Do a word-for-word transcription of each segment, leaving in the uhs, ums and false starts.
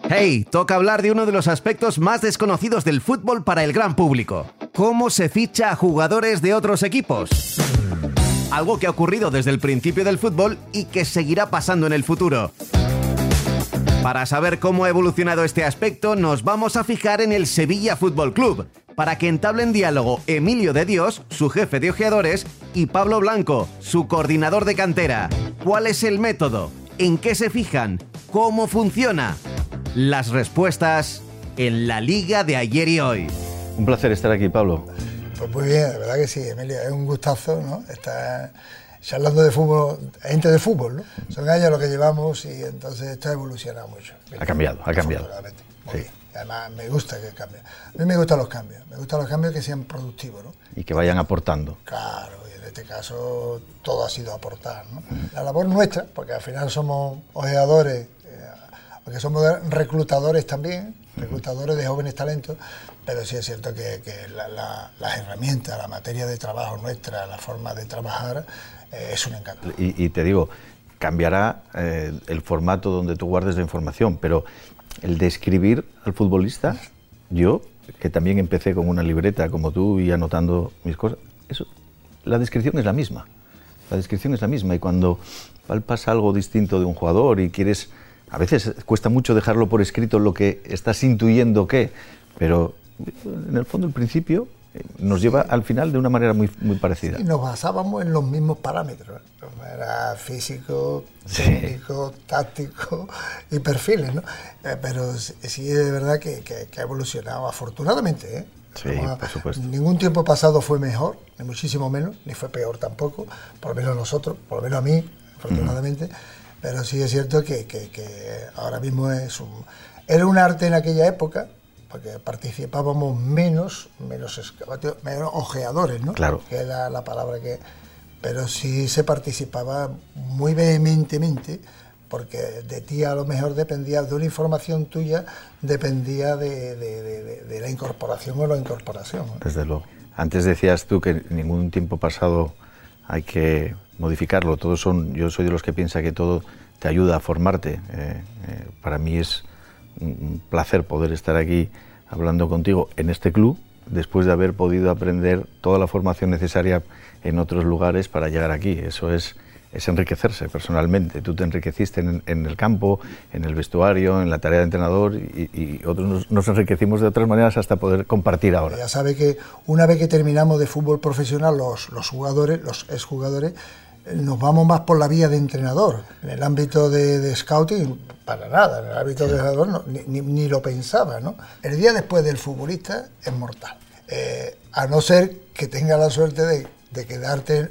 Hey, toca hablar de uno de los aspectos más desconocidos del fútbol para el gran público. ¿Cómo se ficha a jugadores de otros equipos? Algo que ha ocurrido desde el principio del fútbol y que seguirá pasando en el futuro. Para saber cómo ha evolucionado este aspecto, nos vamos a fijar en el Sevilla Fútbol Club, para que entablen diálogo Emilio de Dios, su jefe de ojeadores, y Pablo Blanco, su coordinador de cantera. ¿Cuál es el método? ¿En qué se fijan? ¿Cómo funciona? Las respuestas en la Liga de ayer y hoy. Un placer estar aquí, Pablo. Pues muy bien, de verdad que sí, Emilio, es un gustazo, ¿no? Estar charlando de fútbol, gente de fútbol, ¿no? Son años lo que llevamos y entonces esto ha evolucionado mucho. Ha cambiado, ha cambiado. Muy sí. bien. Además, me gusta que cambie. A mí me gustan los cambios, me gustan los cambios que sean productivos, ¿no? Y que vayan aportando. Claro, y en este caso todo ha sido aportar, ¿no? Uh-huh. La labor nuestra, porque al final somos ojeadores, eh, porque somos reclutadores también, reclutadores de jóvenes talentos, pero sí es cierto que, que la, la, las herramientas, la materia de trabajo nuestra, la forma de trabajar, eh, es un encanto. Y, y te digo, cambiará eh, el formato donde tú guardes la información, pero el describir al futbolista, yo, que también empecé con una libreta como tú y anotando mis cosas, eso, la descripción es la misma. La descripción es la misma y cuando palpas algo distinto de un jugador y quieres, a veces cuesta mucho dejarlo por escrito lo que estás intuyendo que, pero en el fondo el principio nos lleva al final de una manera muy, muy parecida. Y nos basábamos en los mismos parámetros, era físico, técnico, sí. táctico y perfiles, ¿no? Eh, pero sí es verdad que, que, que ha evolucionado, afortunadamente, ¿eh? Sí, Como, por supuesto. Ningún tiempo pasado fue mejor, ni muchísimo menos, ni fue peor tampoco, por lo menos nosotros, por lo menos a mí, afortunadamente, mm. pero sí es cierto que, que, que ahora mismo es un... Era un arte en aquella época, porque participábamos menos, menos, menos ojeadores, ¿no? Claro. Que era la palabra que... Pero sí se participaba muy vehementemente, porque de ti a lo mejor dependía, de una información tuya, dependía de, de, de, de la incorporación o la incorporación, ¿no? Desde luego. Antes decías tú que ningún tiempo pasado hay que modificarlo. Todos son, yo soy de los que piensa que todo te ayuda a formarte. Eh, eh, para mí es un placer poder estar aquí hablando contigo en este club, después de haber podido aprender toda la formación necesaria en otros lugares para llegar aquí. Eso es, es enriquecerse personalmente. Tú te enriqueciste en, en el campo, en el vestuario, en la tarea de entrenador y, y otros nos, nos enriquecimos de otras maneras hasta poder compartir ahora. Ya sabe que una vez que terminamos de fútbol profesional, los, los jugadores, los exjugadores, nos vamos más por la vía de entrenador. En el ámbito de, de scouting, para nada. En el ámbito sí. de entrenador no, ni, ni, ni lo pensaba, ¿no? El día después del futbolista es mortal. Eh, a no ser que tenga la suerte de, de quedarte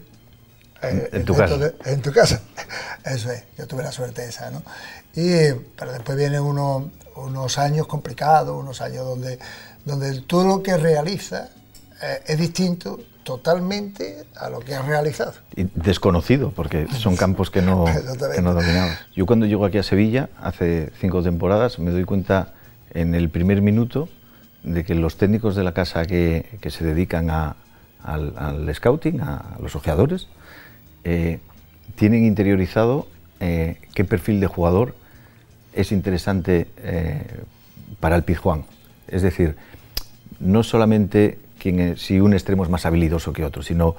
eh, en, tu casa. De, en tu casa. Eso es, yo tuve la suerte esa, ¿no? Y, pero después vienen unos, unos años complicados, unos años donde, donde todo lo que realiza eh, es distinto totalmente a lo que has realizado. Y desconocido, porque son campos que no, que no dominamos. Yo cuando llego aquí a Sevilla, hace cinco temporadas, me doy cuenta en el primer minuto de que los técnicos de la casa que, que se dedican a, al, al scouting, a los ojeadores, eh, tienen interiorizado eh, qué perfil de jugador es interesante eh, para el Pizjuán. Es decir, no solamente quién es, si un extremo es más habilidoso que otro, sino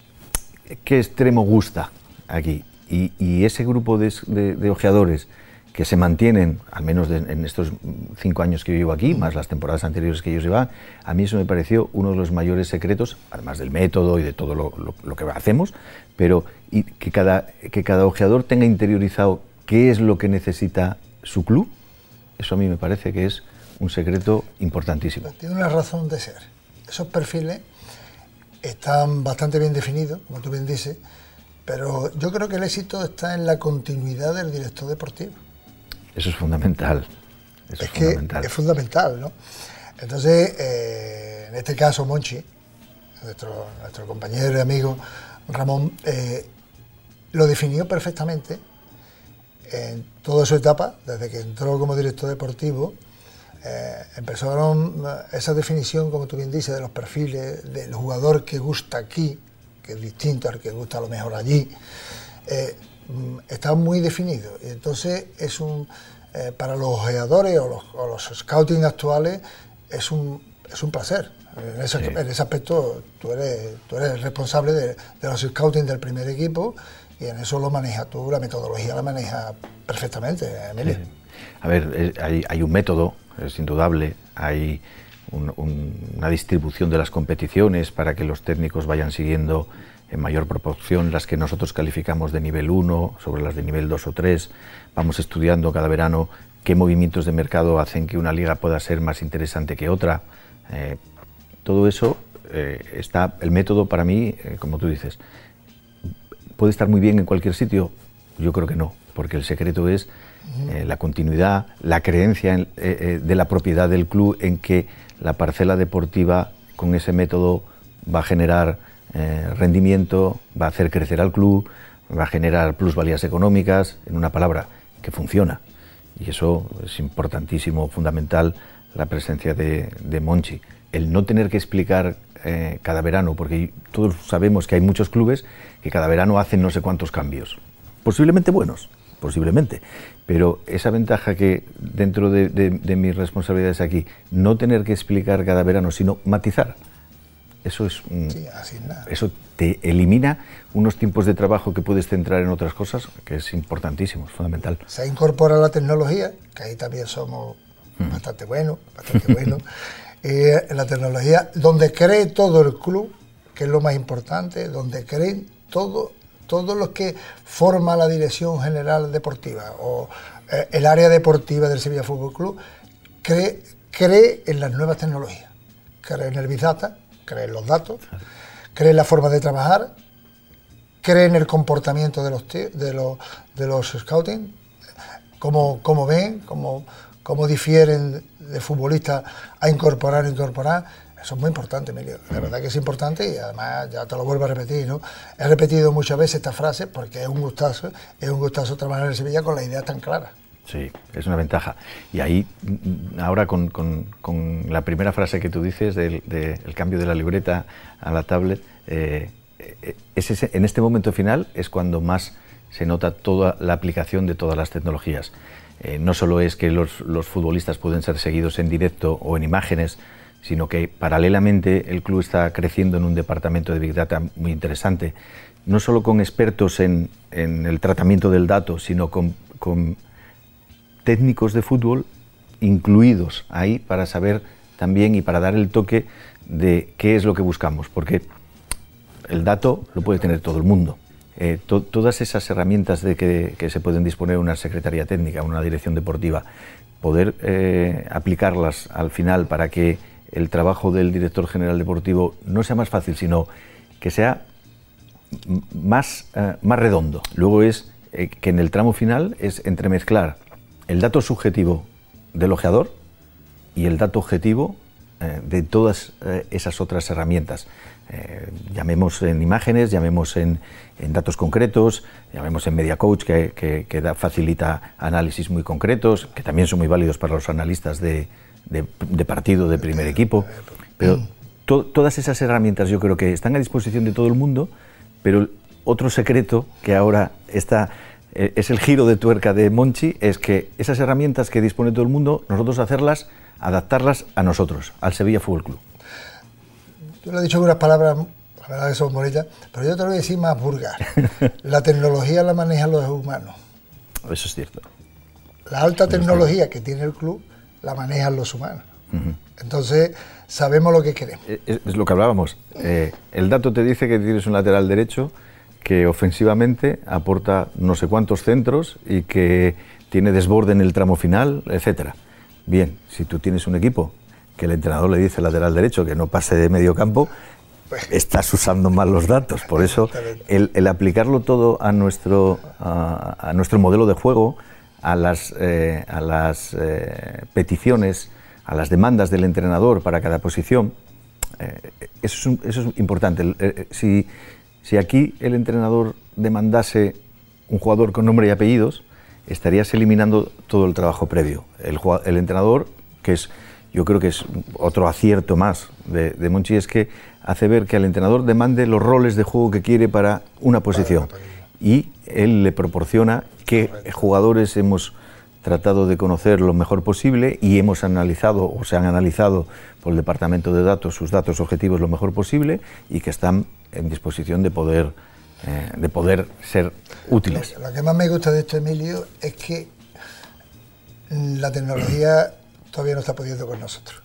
qué extremo gusta aquí. Y, y ese grupo de, de, de ojeadores que se mantienen, al menos de, en estos cinco años que yo llevo aquí, más las temporadas anteriores que ellos llevaban, a mí eso me pareció uno de los mayores secretos, además del método y de todo lo, lo, lo que hacemos, pero y que, cada, que cada ojeador tenga interiorizado qué es lo que necesita su club, eso a mí me parece que es un secreto importantísimo. Tiene una razón de ser. Esos perfiles están bastante bien definidos, como tú bien dices, pero yo creo que el éxito está en la continuidad del director deportivo. Eso es fundamental. Eso es, es que fundamental. Es fundamental, ¿no? Entonces, eh, en este caso, Monchi, nuestro, nuestro compañero y amigo Ramón, eh, lo definió perfectamente en toda su etapa, desde que entró como director deportivo. Eh, empezaron esa definición, como tú bien dices, de los perfiles del jugador que gusta aquí, que es distinto al que gusta a lo mejor allí, eh, está muy definido. Y entonces es un, eh, para los ojeadores o los, o los scouting actuales es un, es un placer. En ese, sí. en ese aspecto tú eres, tú eres el responsable de, de los scouting del primer equipo y en eso lo manejas tú, la metodología la manejas perfectamente, Emilio. Sí. A ver, hay, hay un método, es indudable, hay un, un, una distribución de las competiciones para que los técnicos vayan siguiendo en mayor proporción las que nosotros calificamos de nivel uno sobre las de nivel dos o tres. Vamos estudiando cada verano qué movimientos de mercado hacen que una liga pueda ser más interesante que otra. Eh, todo eso eh, está, el método para mí, eh, como tú dices, ¿puede estar muy bien en cualquier sitio? Yo creo que no, porque el secreto es eh, la continuidad, la creencia en, eh, eh, de la propiedad del club en que la parcela deportiva con ese método va a generar eh, rendimiento, va a hacer crecer al club, va a generar plusvalías económicas, en una palabra, que funciona. Y eso es importantísimo, fundamental, la presencia de, de Monchi. El no tener que explicar eh, cada verano, porque todos sabemos que hay muchos clubes que cada verano hacen no sé cuántos cambios, posiblemente buenos, posiblemente, pero esa ventaja que dentro de, de, de mis responsabilidades aquí, no tener que explicar cada verano, sino matizar, eso es un, sí, así nada. Eso te elimina unos tiempos de trabajo que puedes centrar en otras cosas, que es importantísimo, es fundamental. Se incorpora la tecnología, que ahí también somos mm. bastante buenos, bastante buenos. Eh, la tecnología, donde cree todo el club, que es lo más importante, donde creen todo, todos los que forma la dirección general deportiva o eh, el área deportiva del Sevilla Fútbol Club, cree, cree en las nuevas tecnologías, cree en el Big Data, cree en los datos, cree en la forma de trabajar, cree en el comportamiento de los, de los, de los scouting, cómo, cómo ven, cómo, cómo difieren de futbolistas a incorporar, a incorporar. Eso es muy importante, Emilio. La verdad que es importante y además, ya te lo vuelvo a repetir, ¿no? He repetido muchas veces esta frase porque es un gustazo, es un gustazo trabajar en Sevilla con la idea tan clara. Sí, es una ventaja. Y ahí, ahora con, con, con la primera frase que tú dices del de, el cambio de la libreta a la tablet, eh, es ese, en este momento final es cuando más se nota toda la aplicación de todas las tecnologías. Eh, no solo es que los, los futbolistas pueden ser seguidos en directo o en imágenes, sino que paralelamente el club está creciendo en un departamento de Big Data muy interesante, no solo con expertos en, en el tratamiento del dato, sino con, con técnicos de fútbol incluidos ahí para saber también y para dar el toque de qué es lo que buscamos, porque el dato lo puede tener todo el mundo. Eh, to, todas esas herramientas de que, que se pueden disponer una secretaría técnica, una dirección deportiva, poder eh, aplicarlas al final para que el trabajo del director general deportivo no sea más fácil, sino que sea más, eh, más redondo. Luego es eh, que en el tramo final es entremezclar el dato subjetivo del ojeador y el dato objetivo eh, de todas eh, esas otras herramientas. Eh, llamemos en imágenes, llamemos en, en datos concretos, llamemos en Media Coach, que, que, que da, facilita análisis muy concretos, que también son muy válidos para los analistas de, de, de partido de primer equipo. Pero to, todas esas herramientas yo creo que están a disposición de todo el mundo, pero otro secreto que ahora está, eh, es el giro de tuerca de Monchi, es que esas herramientas que dispone todo el mundo, nosotros hacerlas, adaptarlas a nosotros, al Sevilla Fútbol Club. Yo lo he dicho con unas palabras, la verdad que son bonitas, pero yo te lo voy a decir más vulgar. La tecnología la manejan los humanos. Eso es cierto. La alta tecnología que tiene el club la manejan los humanos. Uh-huh. Entonces, sabemos lo que queremos. Es, es lo que hablábamos. Eh, el dato te dice que tienes un lateral derecho que ofensivamente aporta no sé cuántos centros y que tiene desborde en el tramo final, etcétera. Bien, si tú tienes un equipo que el entrenador le dice al lateral derecho que no pase de medio campo, estás usando mal los datos. Por eso el, el aplicarlo todo a nuestro, a, a nuestro modelo de juego, a las, eh, a las eh, peticiones, a las demandas del entrenador para cada posición, eh, eso, es un, eso es importante. Eh, si, si aquí el entrenador demandase un jugador con nombre y apellidos, estarías eliminando todo el trabajo previo. El, el entrenador, que es... Yo creo que es otro acierto más de, de Monchi, es que hace ver que al entrenador demande los roles de juego que quiere para una posición y él le proporciona qué jugadores hemos tratado de conocer lo mejor posible y hemos analizado, o se han analizado por el Departamento de Datos, sus datos objetivos lo mejor posible y que están en disposición de poder, eh, de poder ser útiles. Lo, lo que más me gusta de esto, Emilio, es que la tecnología todavía no está pudiendo con nosotros.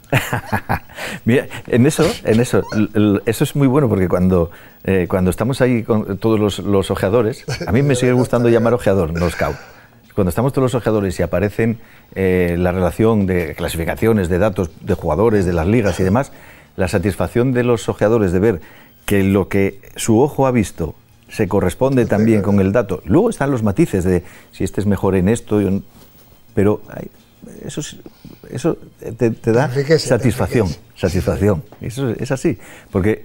Mira, en eso, en eso, eso es muy bueno porque cuando, eh, cuando estamos ahí con todos los, los ojeadores, a mí me sigue gustando llamar ojeador, no scout. Cuando estamos todos los ojeadores y aparecen eh, la relación de clasificaciones, de datos de jugadores, de las ligas y demás, la satisfacción de los ojeadores de ver que lo que su ojo ha visto se corresponde también con el dato. Luego están los matices de si este es mejor en esto, pero hay, eso, eso te, te da enriquece, satisfacción, satisfacción. Eso es así, porque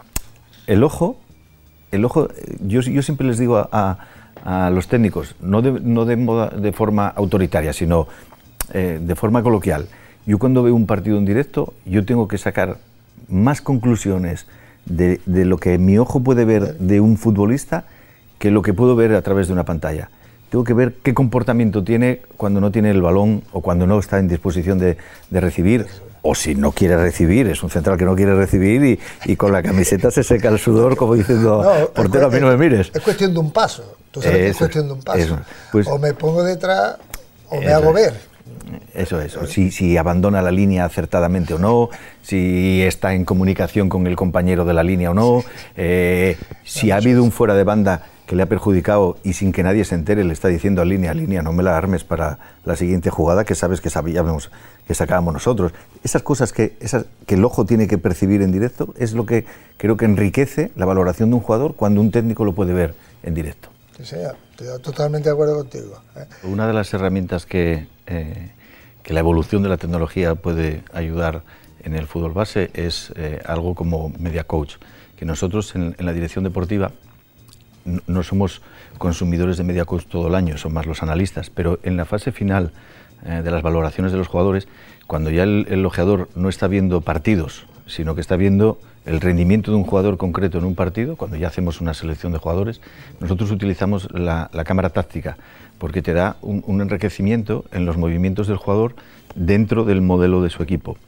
el ojo, el ojo, yo, yo siempre les digo a, a a los técnicos, no de, no de, moda, de forma autoritaria, sino eh, de forma coloquial. Yo cuando veo un partido en directo, yo tengo que sacar más conclusiones de, de lo que mi ojo puede ver de un futbolista que lo que puedo ver a través de una pantalla. Tengo que ver qué comportamiento tiene cuando no tiene el balón o cuando no está en disposición de, de recibir, o si no quiere recibir, es un central que no quiere recibir y, y con la camiseta se seca el sudor como diciendo, no, portero, a mí no me mires. Es cuestión de un paso. Tú sabes que es cuestión de un paso. Pues, o me pongo detrás o me hago ver. Eso es. Si, si abandona la línea acertadamente o no, si está en comunicación con el compañero de la línea o no, eh, si ha habido un fuera de banda que le ha perjudicado y sin que nadie se entere le está diciendo a línea, a línea, no me la armes para la siguiente jugada que sabes que sabíamos que sacábamos nosotros. Esas cosas que, esas, que el ojo tiene que percibir en directo es lo que creo que enriquece la valoración de un jugador cuando un técnico lo puede ver en directo. Sí, sí, estoy totalmente de acuerdo contigo. ¿eh? Una de las herramientas que, eh, que la evolución de la tecnología puede ayudar en el fútbol base es eh, algo como Media Coach, que nosotros en, en la dirección deportiva no, no somos consumidores de Media Coach todo el año, son más los analistas, pero en la fase final eh, de las valoraciones de los jugadores, cuando ya el, el ojeador no está viendo partidos, sino que está viendo el rendimiento de un jugador concreto en un partido, cuando ya hacemos una selección de jugadores, nosotros utilizamos la, la cámara táctica, porque te da un, un enriquecimiento en los movimientos del jugador dentro del modelo de su equipo.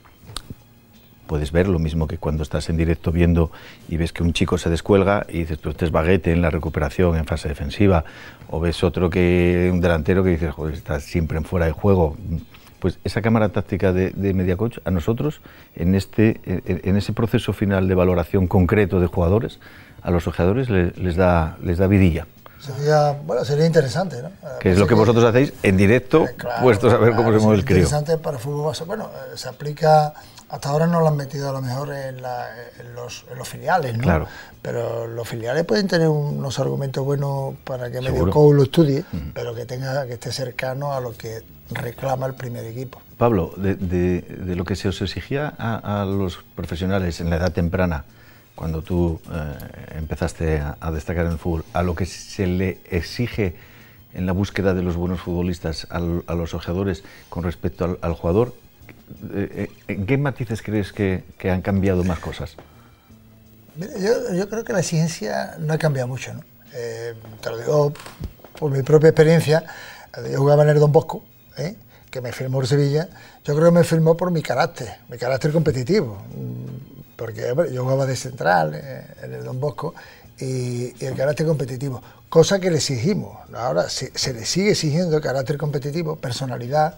Puedes ver lo mismo que cuando estás en directo viendo y ves que un chico se descuelga y dices, pues este es baguete en la recuperación en fase defensiva, o ves otro que, un delantero que dices, joder, está siempre en fuera de juego. Pues esa cámara táctica de, de Media Coach a nosotros, en, este, en, en ese proceso final de valoración concreto de jugadores, a los ojeadores les, les, da, les da vidilla. Sería, bueno, sería interesante, ¿no? Que es lo que vosotros hacéis en directo, eh, claro, puestos a ver claro, cómo se mueve el crío. Interesante para el fútbol base. Bueno, eh, se aplica, hasta ahora no lo han metido a lo mejor en, la, en, los, en los filiales, ¿no? Claro. Pero los filiales pueden tener unos argumentos buenos para que Media Coach lo estudie, uh-huh. pero que tenga que esté cercano a lo que reclama el primer equipo. Pablo, de, de, de lo que se os exigía a, a los profesionales en la edad temprana, cuando tú eh, empezaste a, a destacar en el fútbol, a lo que se le exige en la búsqueda de los buenos futbolistas al, a los ojeadores con respecto al, al jugador, eh, ¿en qué matices crees que, que han cambiado más cosas? Mira, yo, yo creo que la exigencia no ha cambiado mucho, ¿no? Eh, te lo digo por mi propia experiencia. Yo jugaba en el Don Bosco, ¿eh? que me firmó por Sevilla. Yo creo que me firmó por mi carácter, mi carácter competitivo, porque hombre, yo jugaba de central eh, en el Don Bosco y, y el carácter competitivo, cosa que le exigimos. Ahora se, se le sigue exigiendo el carácter competitivo, personalidad,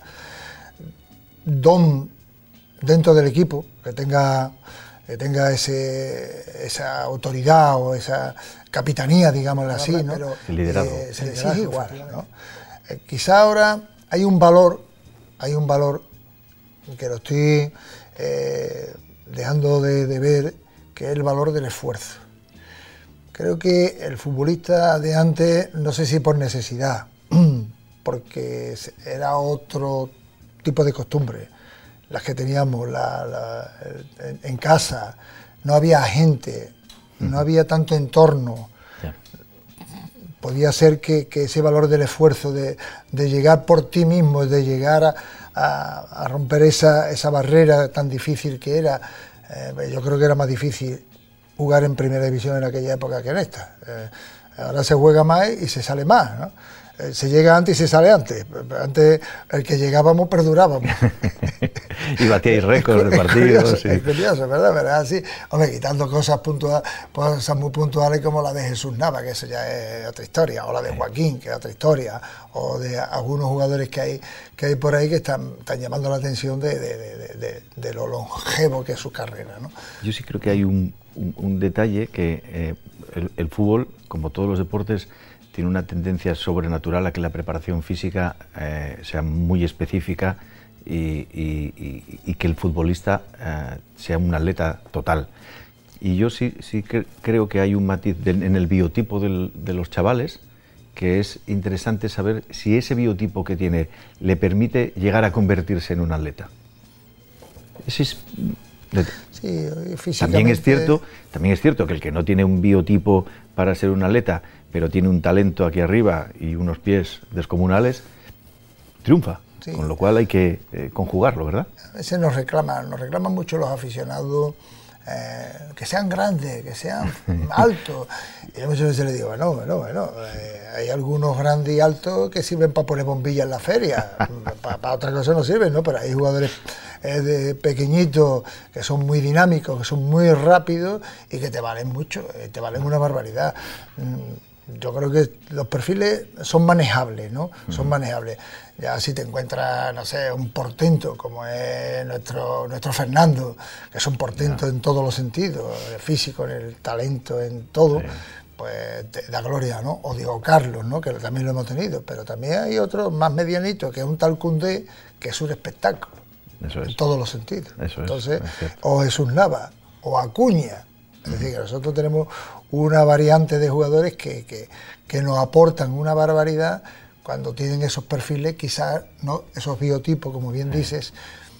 don dentro del equipo, que tenga, que tenga ese, esa autoridad o esa capitanía, digámoslo así, ¿no? Pero eh, se le exige igual, ¿no? Eh, quizá ahora hay un valor, hay un valor que lo estoy eh, dejando de, de ver, que es el valor del esfuerzo. Creo que el futbolista de antes, no sé si por necesidad, porque era otro tipo de costumbre, las que teníamos la, la, en, en casa, no había gente, no había tanto entorno. Podía ser que, que ese valor del esfuerzo, de, de llegar por ti mismo, de llegar a, a, a romper esa, esa barrera tan difícil que era, eh, yo creo que era más difícil jugar en primera división en aquella época que en esta. Eh, ahora se juega más y se sale más, ¿no? se llega antes y se sale antes. Antes el que llegábamos perdurábamos. Y batíais récords de partidos. Sí. Es curioso, ¿verdad? ¿verdad? Así, hombre, quitando cosas puntuales, cosas muy puntuales como la de Jesús Nava, que eso ya es otra historia, o la de Joaquín, que es otra historia, o de algunos jugadores que hay que hay por ahí que están, están llamando la atención de, de, de, de, de lo longevo que es su carrera, ¿no? Yo sí creo que hay un, un, un detalle que eh, el, el fútbol, como todos los deportes, tiene una tendencia sobrenatural a que la preparación física eh, sea muy específica y, y, y, y que el futbolista eh, sea un atleta total. Y yo sí, sí que creo que hay un matiz de, en el biotipo del, de los chavales, que es interesante saber si ese biotipo que tiene le permite llegar a convertirse en un atleta. Ese es... Sí, físicamente... También es cierto, también es cierto que el que no tiene un biotipo para ser un atleta, pero tiene un talento aquí arriba y unos pies descomunales, triunfa. Sí. Con lo cual hay que eh, conjugarlo, ¿verdad? A veces nos reclaman, nos reclaman mucho los aficionados eh, que sean grandes, que sean altos. Y yo muchas veces les digo, bueno, bueno, bueno, eh, hay algunos grandes y altos que sirven para poner bombillas en la feria, para, para otra cosa no sirven, ¿no? Pero hay jugadores eh, de pequeñitos que son muy dinámicos, que son muy rápidos y que te valen mucho, eh, te valen una barbaridad. Yo creo que los perfiles son manejables, ¿no? Uh-huh. Son manejables. Ya si te encuentras, no sé, un portento como es nuestro, nuestro Fernando, que es un portento yeah. en todos los sentidos, en el físico, en el talento, en todo, sí. pues te da gloria, ¿no? O Diego Carlos, ¿no? Que también lo hemos tenido, pero también hay otro más medianito, que es un tal Koundé, que es un espectáculo, Eso es. en todos los sentidos. Eso Entonces, es, es o Jesús Nava, o Acuña. Es decir, que nosotros tenemos una variante de jugadores que, que, que nos aportan una barbaridad cuando tienen esos perfiles, quizás no esos biotipos, como bien dices,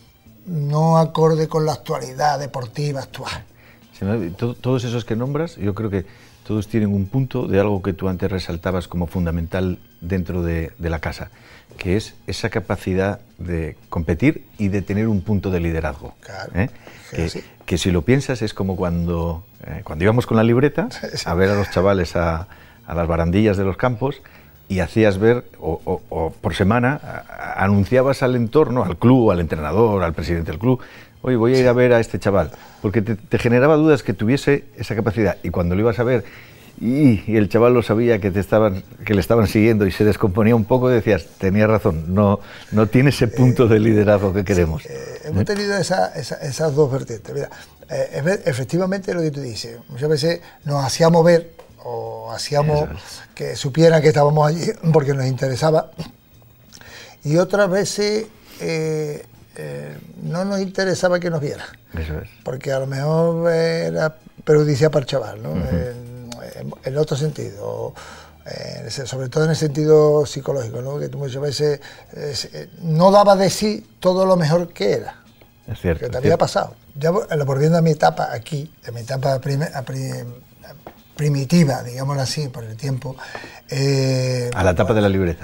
no acorde con la actualidad deportiva actual. Todos esos que nombras, yo creo que todos tienen un punto de algo que tú antes resaltabas como fundamental dentro de, de la casa, que es esa capacidad de competir y de tener un punto de liderazgo. Claro. ¿eh? Que, sí. que si lo piensas es como cuando, eh, cuando íbamos con la libreta sí. a ver a los chavales a, a las barandillas de los campos y hacías ver, o, o, o por semana, a, a, anunciabas al entorno, al club, al entrenador, al presidente del club, oye, voy a ir a ver a este chaval, porque te, te generaba dudas que tuviese esa capacidad, y cuando lo ibas a ver y, y el chaval lo sabía que te estaban, que le estaban siguiendo y se descomponía un poco, decías, tenía razón, no, no tiene ese punto de liderazgo que queremos. Sí, eh, hemos tenido esa, esa, esas dos vertientes. Mira, eh, efectivamente lo que tú dices, muchas veces nos hacíamos ver o hacíamos que supieran que estábamos allí porque nos interesaba, y otras veces eh, eh, no nos interesaba que nos vieran. Eso es. Porque a lo mejor era perjudicial para el chaval, ¿no? Uh-huh. en, en, en otro sentido, eh, sobre todo en el sentido psicológico, ¿no? Que tú muchas veces eh, no daba de sí todo lo mejor que era. Es cierto. Que te había pasado. Ya volviendo a mi etapa aquí, a mi etapa prime, a prim, primitiva, digámoslo así, por el tiempo. Eh, a la etapa de la libreta.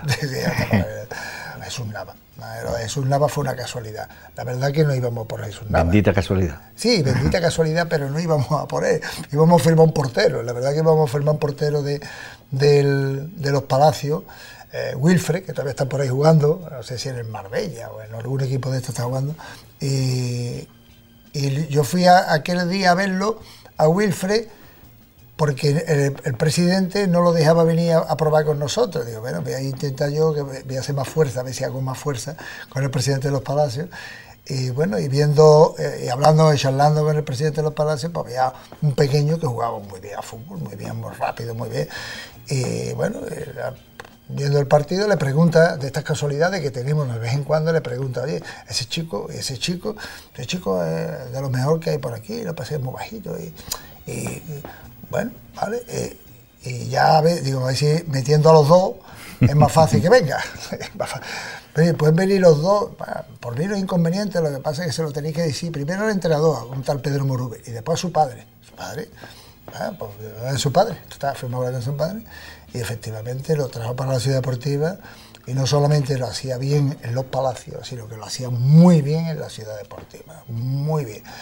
Jesús Nava. Jesús Nava fue una casualidad. La verdad que no íbamos por Jesús Nava. Bendita casualidad. Sí, bendita casualidad, pero no íbamos a por él. Íbamos a firmar un portero. La verdad que íbamos a firmar un portero de, del, de los Palacios, eh, Wilfred, que todavía está por ahí jugando, no sé si en el Marbella o en algún equipo de estos está jugando. Y, y yo fui a, aquel día a verlo, a Wilfred, porque el, el presidente no lo dejaba venir a, a probar con nosotros. Digo, bueno, voy a intentar yo, que voy a hacer más fuerza, a ver si hago más fuerza con el presidente de los Palacios. Y bueno, y viendo, eh, y hablando y charlando con el presidente de los Palacios, pues había un pequeño que jugaba muy bien a fútbol, muy bien, muy rápido, muy bien. Y bueno, era, viendo el partido le pregunta, de estas casualidades que tenemos de vez en cuando, le pregunta, oye, ese chico, ese chico, ese chico es de lo mejor que hay por aquí, lo pasé muy bajito. Y, y, y bueno, vale, eh, y ya ve, digo, a ver si metiendo a los dos es más fácil que venga. Pueden venir los dos, por mí no es inconveniente, lo que pasa es que se lo tenéis que decir primero al entrenador, un tal Pedro Morube, y después a su padre. Su padre, ah, pues es su padre, está firmado con su padre, y efectivamente lo trajo para la Ciudad Deportiva, y no solamente lo hacía bien en los Palacios, sino que lo hacía muy bien en la Ciudad Deportiva, muy bien.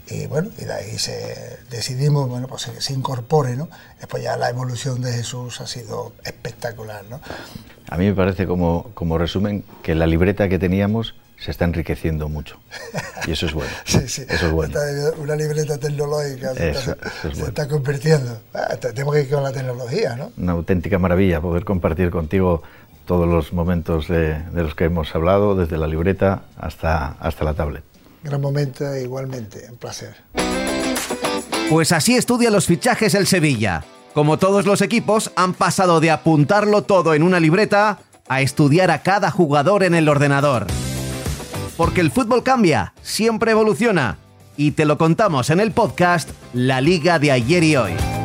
Y bueno, y de ahí se, decidimos, bueno, pues se, se incorpore, ¿no? Después ya la evolución de Jesús ha sido espectacular, ¿no? A mí me parece, como, como resumen, que la libreta que teníamos se está enriqueciendo mucho. Y eso es bueno. Sí, sí. Eso es bueno. Está, una libreta tecnológica se, eso, está, eso es se bueno. está convirtiendo. Ah, tenemos que ir con la tecnología, ¿no? Una auténtica maravilla poder compartir contigo todos los momentos de, de los que hemos hablado, desde la libreta hasta, hasta la tablet. Gran momento, igualmente, un placer. Pues así estudia los fichajes el Sevilla. Como todos los equipos, han pasado de apuntarlo todo en una libreta a estudiar a cada jugador en el ordenador. Porque el fútbol cambia, siempre evoluciona. Y te lo contamos en el podcast La Liga de ayer y hoy.